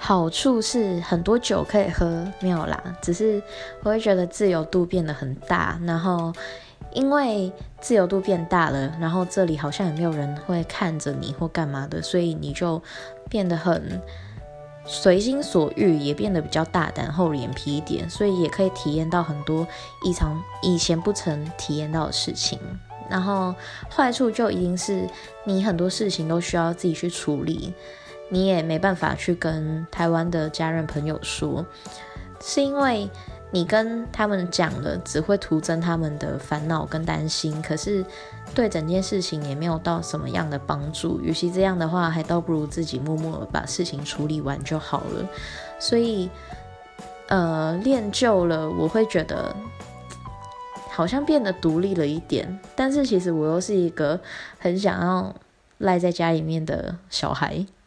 好处是很多酒可以喝，没有啦，只是我会觉得自由度变得很大，然后因为自由度变大了，然后这里好像也没有人会看着你或干嘛的，所以你就变得很随心所欲，也变得比较大胆厚脸皮一点，所以也可以体验到很多以前不曾体验到的事情。然后坏处就一定是你很多事情都需要自己去处理，你也没办法去跟台湾的家人朋友说，是因为你跟他们讲了只会徒增他们的烦恼跟担心，可是对整件事情也没有到什么样的帮助，与其这样的话还倒不如自己默默把事情处理完就好了。所以练就了我会觉得好像变得独立了一点，但是其实我又是一个很想要赖在家里面的小孩，